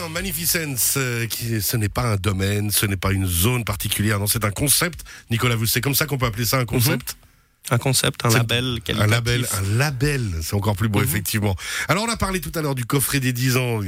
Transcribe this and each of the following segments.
Magnificence, ce n'est pas un domaine, ce n'est pas une zone particulière, non, c'est un concept. Nicolas, c'est comme ça qu'on peut appeler ça, un concept? Un concept, un label qualitatif. Un label, c'est encore plus beau, effectivement. Alors, on a parlé tout à l'heure du coffret des 10 ans.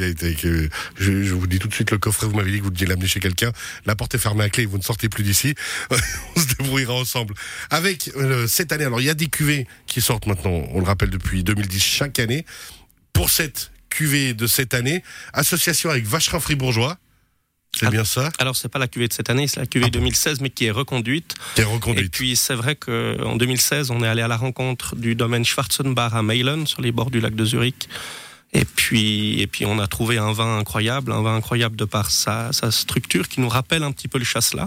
Je vous dis tout de suite, le coffret, vous m'avez dit que vous deviez l'amener chez quelqu'un. La porte est fermée à clé, vous ne sortez plus d'ici. On se débrouillera ensemble. Avec cette année, alors il y a des cuvées qui sortent maintenant, on le rappelle, depuis 2010 chaque année. Pour cette cuvée de cette année, association avec Vacherin Fribourgeois. C'est bien ça? Alors, c'est pas la cuvée de cette année, c'est la cuvée 2016, mais qui est reconduite. Et puis, c'est vrai qu'en 2016, on est allé à la rencontre du domaine Schwarzenbach à Meilen, sur les bords du lac de Zurich. Et puis, on a trouvé un vin incroyable de par sa structure qui nous rappelle un petit peu le Chasselas.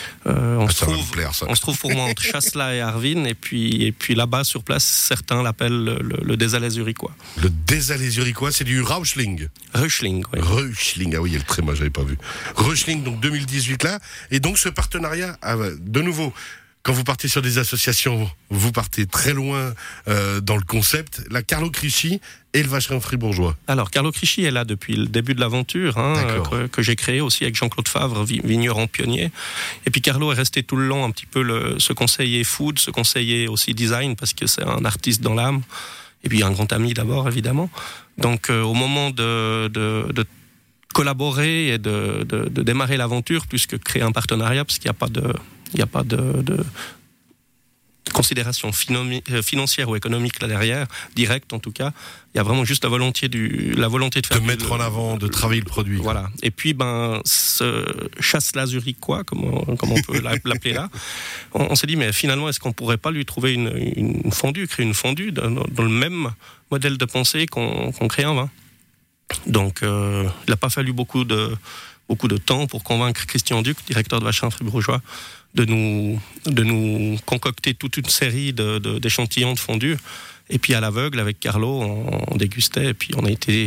On se trouve pour moi entre Chasselas et Arvin, et puis là-bas sur place, certains l'appellent le Désalais zurichois. Le Désalais zurichois, c'est du Rauchling. Rauchling, oui. Rauchling, ah oui, il y a le tréma, j'avais pas vu. Rauchling, donc 2018 là, et donc ce partenariat, de nouveau. Quand vous partez sur des associations, vous partez très loin dans le concept. La Carlo Crisci et le Vacherin Fribourgeois. Alors, Carlo Crisci est là depuis le début de l'aventure, que j'ai créé aussi avec Jean-Claude Favre, vigneron pionnier. Et puis Carlo est resté tout le long un petit peu ce conseiller food, ce conseiller aussi design, parce que c'est un artiste dans l'âme. Et puis un grand ami d'abord, évidemment. Donc, au moment de collaborer et de démarrer l'aventure, plus que créer un partenariat, parce qu'il n'y a pas de considération financière ou économique là derrière, directe en tout cas. Il y a vraiment juste la volonté de faire... De mettre en avant, de travailler le produit. Voilà. Et puis, ce Chasselas zurichois, comme on peut l'appeler là, on s'est dit, mais finalement, est-ce qu'on ne pourrait pas lui trouver une fondue, créer une fondue dans le même modèle de pensée qu'on crée un vin? Donc, il n'a pas fallu beaucoup de temps pour convaincre Christian Duc, directeur de Vacherin Fribourgeois, de nous concocter toute une série d'échantillons de fondue. Et puis à l'aveugle, avec Carlo, on dégustait, et puis on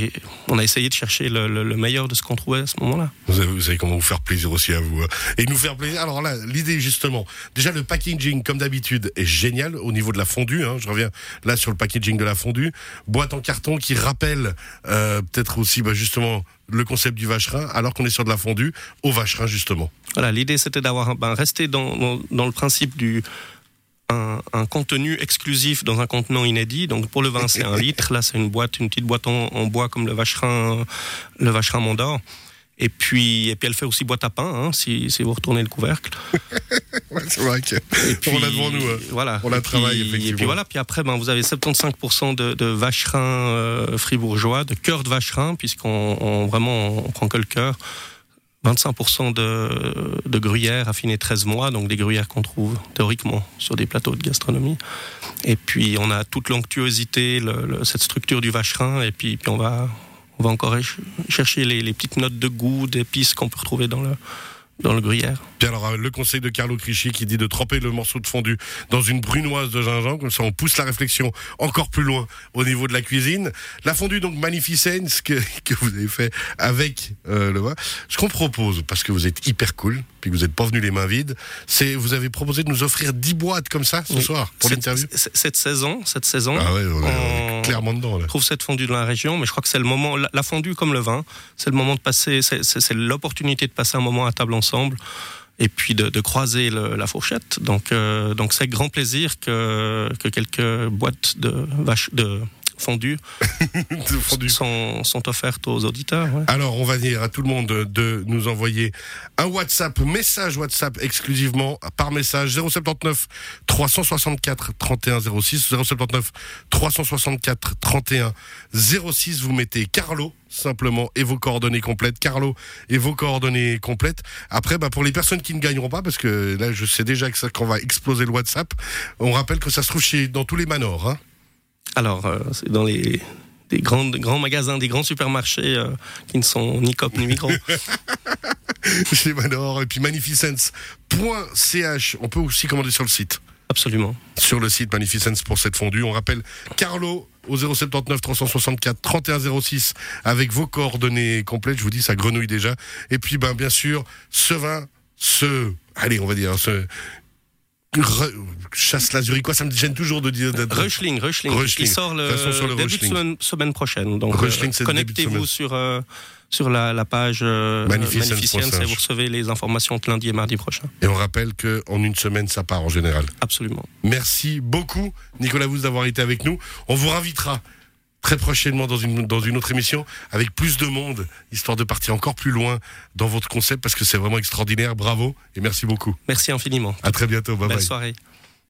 a essayé de chercher le meilleur de ce qu'on trouvait à ce moment-là. Vous savez comment vous faire plaisir aussi à vous. Et nous faire plaisir. Alors là, l'idée justement, déjà le packaging, comme d'habitude, est génial au niveau de la fondue. Je reviens là sur le packaging de la fondue. Boîte en carton qui rappelle peut-être aussi justement le concept du Vacherin, alors qu'on est sur de la fondue, au Vacherin justement. Voilà, l'idée c'était d'avoir rester dans le principe un contenu exclusif dans un contenant inédit. Donc pour le vin, c'est 1 litre. Là, c'est une petite boîte en bois comme le Vacherin Mondor. Et puis elle fait aussi boîte à pain, si vous retournez le couvercle. Ouais, c'est vrai qu'on l'a devant nous. Voilà. On la travaille, effectivement. Et puis voilà. Puis après, vous avez 75% de Vacherin fribourgeois, de cœur de Vacherin, puisqu'on prend que le cœur. 25% de gruyère affinées 13 mois, donc des gruyères qu'on trouve théoriquement sur des plateaux de gastronomie. Et puis on a toute l'onctuosité, cette structure du Vacherin, et puis on va encore chercher les petites notes de goût, d'épices qu'on peut retrouver dans le gruyère. Puis alors, le conseil de Carlo Crisci qui dit de tremper le morceau de fondue dans une brunoise de gingembre, comme ça on pousse la réflexion encore plus loin au niveau de la cuisine. La fondue donc Magnificence que vous avez fait avec le vin. Ce qu'on propose, parce que vous êtes hyper cool, puis que vous n'êtes pas venu les mains vides, c'est vous avez proposé de nous offrir 10 boîtes comme ça ce soir pour l'interview. Cette saison. Ah ouais, on est clairement dedans là. On trouve cette fondue dans la région, mais je crois que c'est le moment, la fondue comme le vin, c'est le moment de passer, c'est l'opportunité de passer un moment à table ensemble. Et puis de croiser la fourchette. Donc c'est grand plaisir que quelques boîtes de fondue sont offertes aux auditeurs. Ouais. Alors, on va dire à tout le monde de nous envoyer un message WhatsApp exclusivement par message 079 364 31 06 079 364 31 06. Vous mettez Carlo simplement et vos coordonnées complètes. Carlo et vos coordonnées complètes. Après, pour les personnes qui ne gagneront pas, parce que là, je sais déjà qu'on va exploser le WhatsApp, on rappelle que ça se trouve dans tous les manors. Alors, c'est dans des grands magasins, des grands supermarchés qui ne sont ni Coop ni Migros. Chez Manor, et puis magnificence.ch. On peut aussi commander sur le site. Absolument. Sur le site Magnificence pour cette fondue. On rappelle Carlo au 079 364 31 06 avec vos coordonnées complètes. Je vous dis, ça grenouille déjà. Et puis, bien sûr, ce vin, allez, on va dire, Chasselas zurichois, ça me gêne toujours de dire. Rauchling. Qui sort le début de semaine prochaine. Donc, connectez-vous sur sur la page Magnificence, et vous recevez les informations de lundi et mardi prochain. Et on rappelle qu'en une semaine, ça part en général. Absolument. Merci beaucoup, Nicolas Wouz, d'avoir été avec nous. On vous réinvitera très prochainement dans une autre émission avec plus de monde, histoire de partir encore plus loin dans votre concept, parce que c'est vraiment extraordinaire. Bravo et merci beaucoup. Merci infiniment. À très bientôt. Bye bye. Belle soirée.